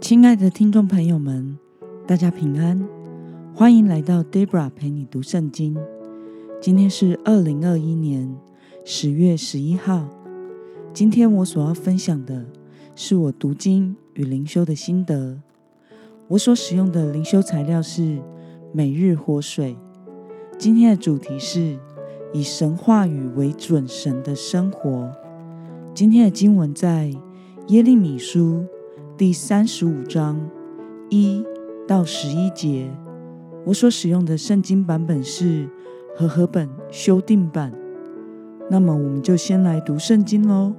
亲爱的听众朋友们，大家平安，欢迎来到 Debra 陪你读圣经。今天是2021年10月11号。今天我所要分享的是我读经与灵修的心得。我所使用的灵修材料是每日活水。今天的主题是以神话语为准绳的生活。今天的经文在耶利米书第35章1到11节。我所使用的圣经版本是和合本修订版。那么我们就先来读圣经咯。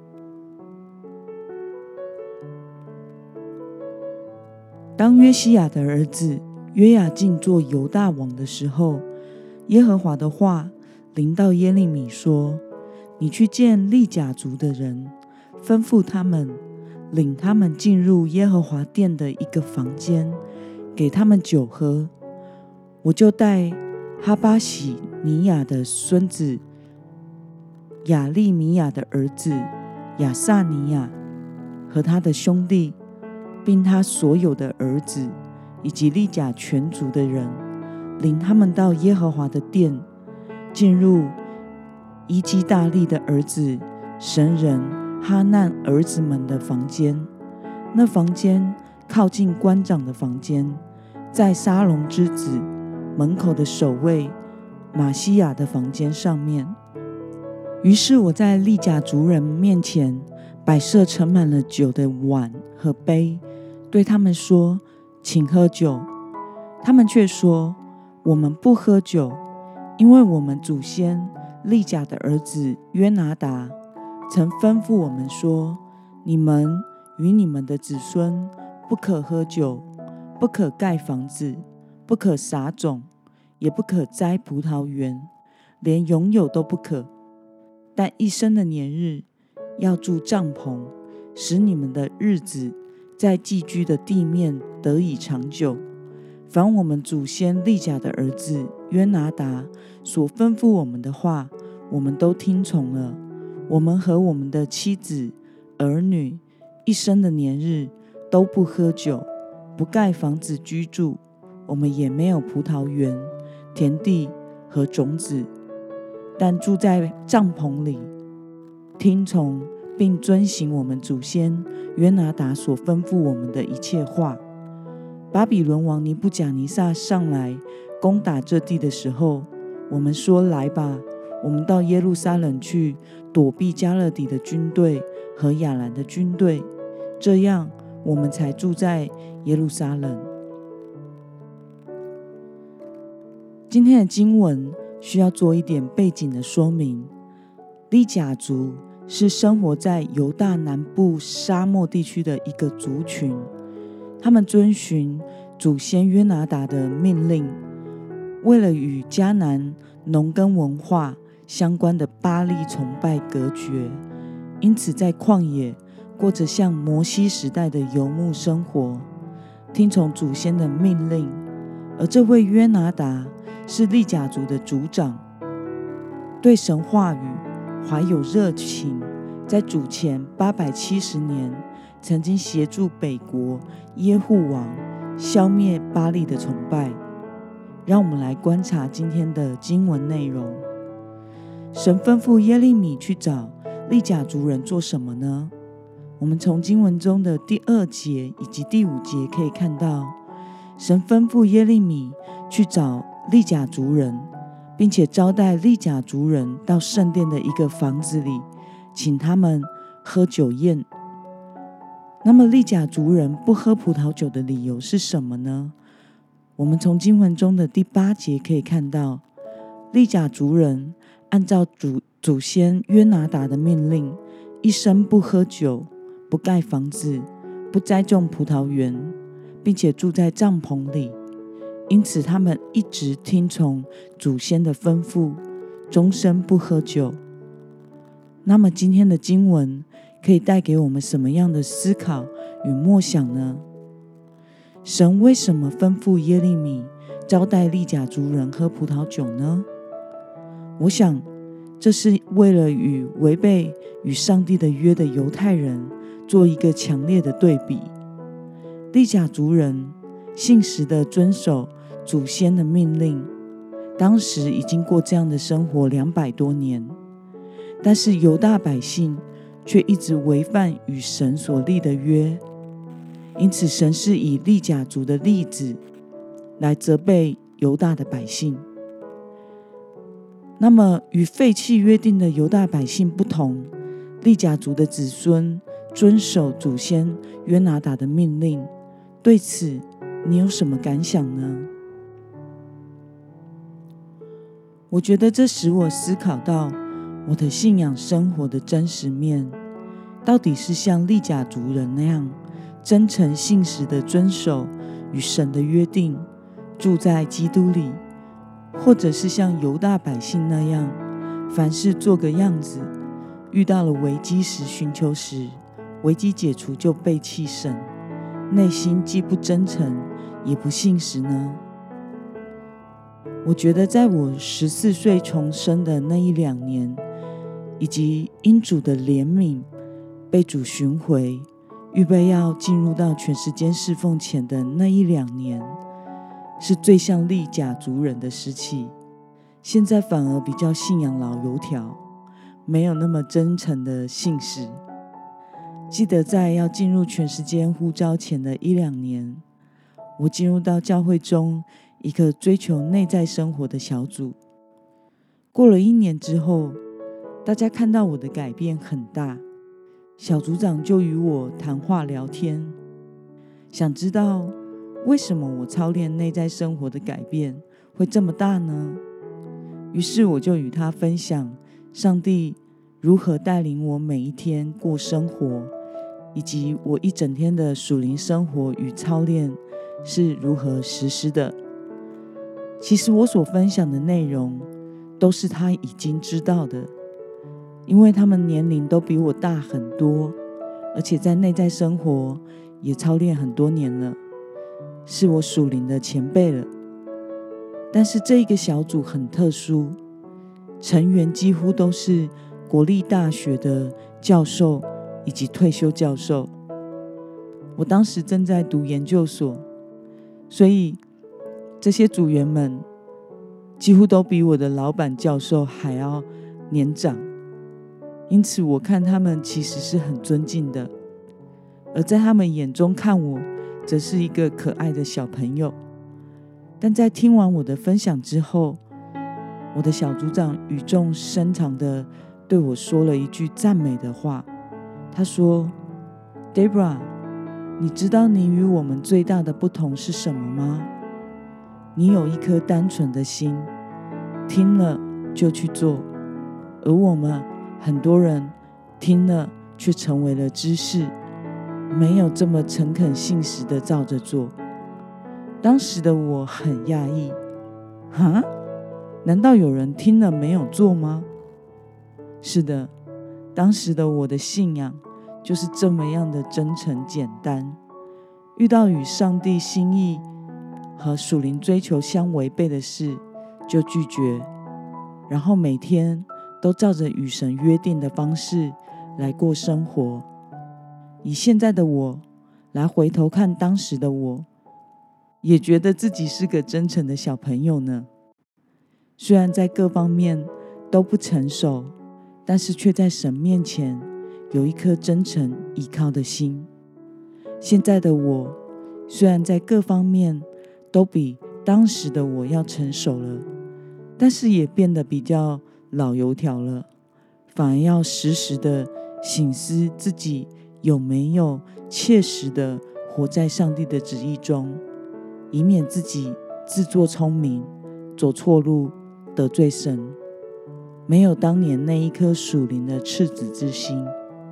当约西亚的儿子约雅敬做犹大王的时候，耶和华的话临到耶利米说：你去见利甲族的人，吩咐他们，领他们进入耶和华殿的一个房间，给他们酒喝。我就带哈巴喜尼亚的孙子亚利米亚的儿子亚撒尼亚和他的兄弟，并他所有的儿子，以及利甲全族的人，领他们到耶和华的殿，进入伊基大利的儿子神人哈难儿子们的房间。那房间靠近官长的房间，在沙龙之子门口的守卫马西亚的房间上面。于是我在利甲族人面前摆设盛满了酒的碗和杯，对他们说：请喝酒。他们却说：我们不喝酒，因为我们祖先利甲的儿子约拿达曾吩咐我们说：你们与你们的子孙不可喝酒，不可盖房子，不可撒种，也不可栽葡萄园，连拥有都不可。但一生的年日要住帐篷，使你们的日子在寄居的地面得以长久。凡我们祖先利甲的儿子约拿达所吩咐我们的话，我们都听从了。我们和我们的妻子儿女一生的年日都不喝酒，不盖房子居住，我们也没有葡萄园、田地和种子，但住在帐篷里，听从并遵行我们祖先约拿达所吩咐我们的一切话。巴比伦王尼布甲尼撒上来攻打这地的时候，我们说：来吧，我们到耶路撒冷去，躲避迦勒底的军队和亚兰的军队，这样我们才住在耶路撒冷。今天的经文需要做一点背景的说明。利甲族是生活在犹大南部沙漠地区的一个族群，他们遵循祖先约拿达的命令，为了与迦南农耕文化相关的巴力崇拜隔绝，因此在旷野过着像摩西时代的游牧生活，听从祖先的命令。而这位约拿达是利甲族的族长，对神话语怀有热情，在主前870年曾经协助北国耶户王消灭巴力的崇拜。让我们来观察今天的经文内容。神吩咐耶利米去找利甲族人做什么呢？我们从经文中的第2节以及第5节可以看到，神吩咐耶利米去找利甲族人，并且招待利甲族人到圣殿的一个房子里，请他们喝酒宴。那么利甲族人不喝葡萄酒的理由是什么呢？我们从经文中的第8节可以看到，利甲族人按照祖先约拿达的命令，一生不喝酒，不盖房子，不栽种葡萄园，并且住在帐篷里。因此他们一直听从祖先的吩咐，终身不喝酒。那么今天的经文可以带给我们什么样的思考与默想呢？神为什么吩咐耶利米招待利甲族人喝葡萄酒呢？我想这是为了与违背与上帝的约的犹太人做一个强烈的对比。 利甲族人信实地遵守祖先的命令，当时已经过这样的生活200多年，但是犹大百姓却一直违反与神所立的约，因此神是以利甲族的例子来责备犹大的百姓。那么与废弃约定的犹大百姓不同，利甲族的子孙遵守祖先约拿达的命令，对此你有什么感想呢？我觉得这使我思考到我的信仰生活的真实面，到底是像利甲族人那样真诚信实的遵守与神的约定，住在基督里，或者是像犹大百姓那样，凡事做个样子，遇到了危机时寻求时，危机解除就背弃神，内心既不真诚也不信实呢？我觉得在我14岁重生的那1-2年，以及因主的怜悯被主寻回，预备要进入到全时间侍奉前的那1-2年，是最像利甲族人的时期。现在反而比较信仰老油条，没有那么真诚的信实。记得在要进入全时间呼召前的1-2年，我进入到教会中一个追求内在生活的小组。过了1年之后，大家看到我的改变很大，小组长就与我谈话聊天，想知道为什么我操练内在生活的改变会这么大呢？于是我就与他分享上帝如何带领我每一天过生活，以及我一整天的属灵生活与操练是如何实施的。其实我所分享的内容都是他已经知道的，因为他们年龄都比我大很多，而且在内在生活也操练很多年了，是我属灵的前辈了。但是这一个小组很特殊，成员几乎都是国立大学的教授以及退休教授。我当时正在读研究所，所以这些组员们几乎都比我的老板教授还要年长，因此我看他们其实是很尊敬的，而在他们眼中看我则是一个可爱的小朋友。但在听完我的分享之后，我的小组长语重深长地对我说了一句赞美的话。他说 Deborah， 你知道你与我们最大的不同是什么吗？你有一颗单纯的心，听了就去做，而我们很多人听了却成为了知识，没有这么诚恳信实的照着做。当时的我很讶异，难道有人听了没有做吗？是的，当时的我的信仰就是这么样的真诚简单，遇到与上帝心意和属灵追求相违背的事就拒绝，然后每天都照着与神约定的方式来过生活。以现在的我来回头看当时的我，也觉得自己是个真诚的小朋友呢。虽然在各方面都不成熟，但是却在神面前有一颗真诚依靠的心。现在的我虽然在各方面都比当时的我要成熟了，但是也变得比较老油条了，反而要时时的省思自己有没有切实的活在上帝的旨意中，以免自己自作聪明，走错路，得罪神，没有当年那一颗属灵的赤子之心。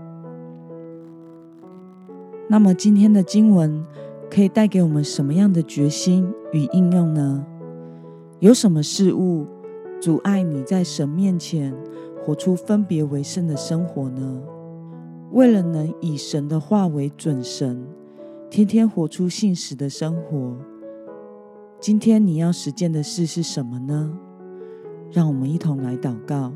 那么今天的经文可以带给我们什么样的决心与应用呢？有什么事物阻碍你在神面前活出分别为圣的生活呢？为了能以神的话为准绳，天天活出信实的生活，今天你要实践的事是什么呢？让我们一同来祷告。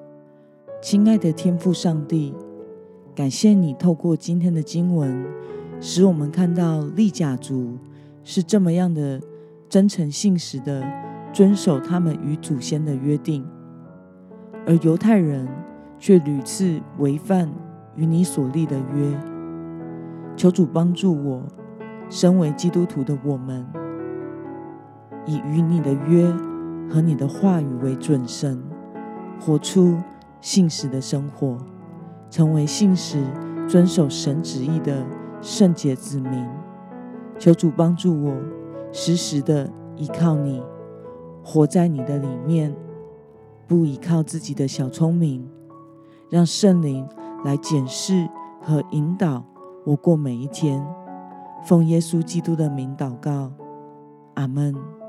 亲爱的天父上帝，感谢你透过今天的经文使我们看到利甲族是这么样的真诚信实的遵守他们与祖先的约定，而犹太人却屡次违反与你所立的约。求主帮助我，身为基督徒的我们，以与你的约和你的话语为准绳，活出信实的生活，成为信实遵守神旨意的圣洁子民。求主帮助我，时时的依靠你，活在你的里面，不依靠自己的小聪明，让圣灵来检视和引导我过每一天。奉耶稣基督的名祷告，阿们。